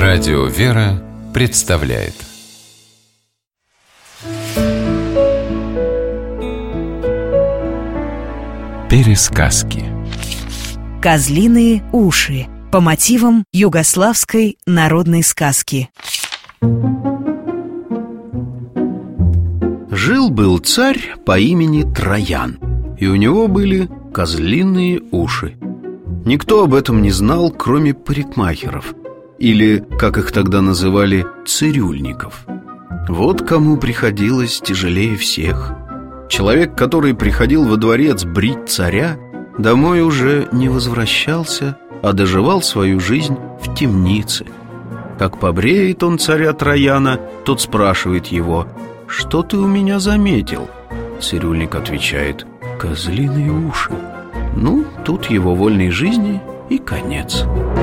Радио «Вера» представляет Пересказки. Козлиные уши по мотивам югославской народной сказки. Жил-был царь по имени Троян, и у него были козлиные уши. Никто об этом не знал, кроме парикмахеров, или, как их тогда называли, цирюльников. Вот кому приходилось тяжелее всех. Человек, который приходил во дворец брить царя, домой уже не возвращался, а доживал свою жизнь в темнице. Как побреет он царя Трояна, тот спрашивает его: «Что ты у меня заметил?» Цирюльник отвечает: «Козлиные уши». Ну, тут его вольной жизни и конец.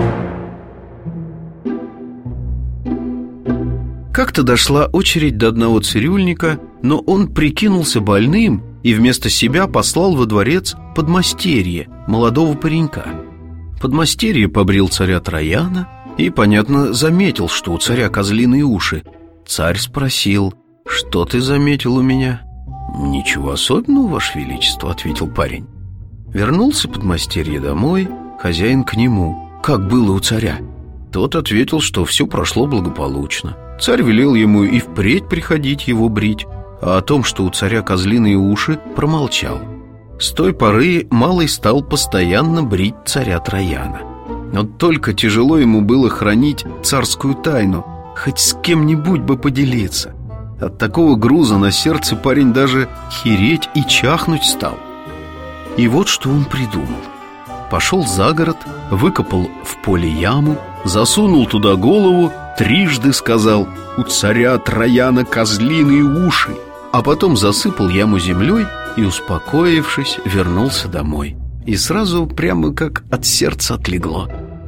Как-то дошла очередь до одного цирюльника, но он прикинулся больным и вместо себя послал во дворец подмастерье, молодого паренька. Подмастерье побрил царя Трояна и, понятно, заметил, что у царя козлиные уши. Царь спросил: «Что ты заметил у меня?» «Ничего особенного, Ваше Величество», — ответил парень. Вернулся подмастерье домой, хозяин к нему: «Как было у царя?» Тот ответил, что все прошло благополучно. Царь велел ему и впредь приходить его брить, а о том, что у царя козлиные уши, промолчал. С той поры малый стал постоянно брить царя Трояна. Но только тяжело ему было хранить царскую тайну, хоть с кем-нибудь бы поделиться. От такого груза на сердце парень даже хереть и чахнуть стал. И вот что он придумал. Пошел за город, выкопал в поле яму, засунул туда голову, трижды сказал: «У царя Трояна козлиные уши», а потом засыпал яму землей и, успокоившись, вернулся домой. И сразу прямо как от сердца отлегло.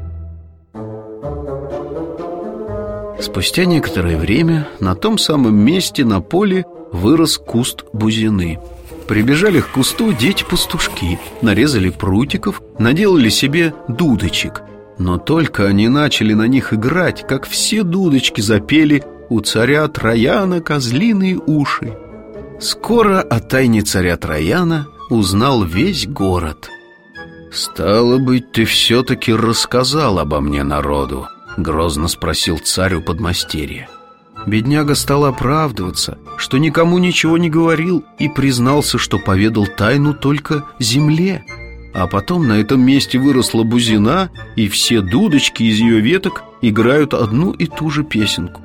Спустя некоторое время на том самом месте на поле вырос куст бузины. Прибежали к кусту дети-пастушки, нарезали прутиков, наделали себе дудочек. Но только они начали на них играть, как все дудочки запели: «У царя Трояна козлиные уши». Скоро о тайне царя Трояна узнал весь город. «Стало быть, ты все-таки рассказал обо мне народу?» — грозно спросил царь у подмастерья. Бедняга стал оправдываться, что никому ничего не говорил, и признался, что поведал тайну только земле. А потом на этом месте выросла бузина, и все дудочки из ее веток играют одну и ту же песенку.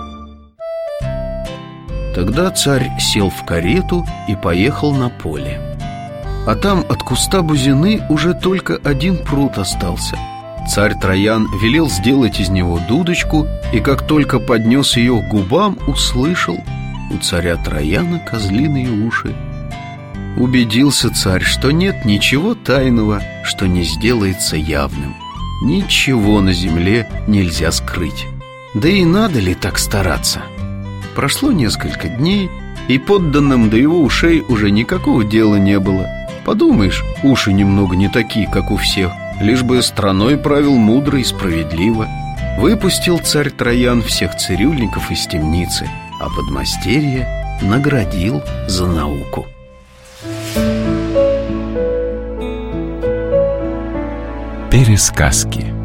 Тогда царь сел в карету и поехал на поле. А там от куста бузины уже только один прут остался. Царь Троян велел сделать из него дудочку, и как только поднес ее к губам, услышал: «У царя Трояна козлиные уши». Убедился царь, что нет ничего тайного, что не сделается явным. Ничего на земле нельзя скрыть. Да и надо ли так стараться? Прошло несколько дней, и подданным до его ушей уже никакого дела не было. Подумаешь, уши немного не такие, как у всех, лишь бы страной правил мудро и справедливо. Выпустил царь Троян всех цирюльников из темницы, а подмастерье наградил за науку. Пересказки.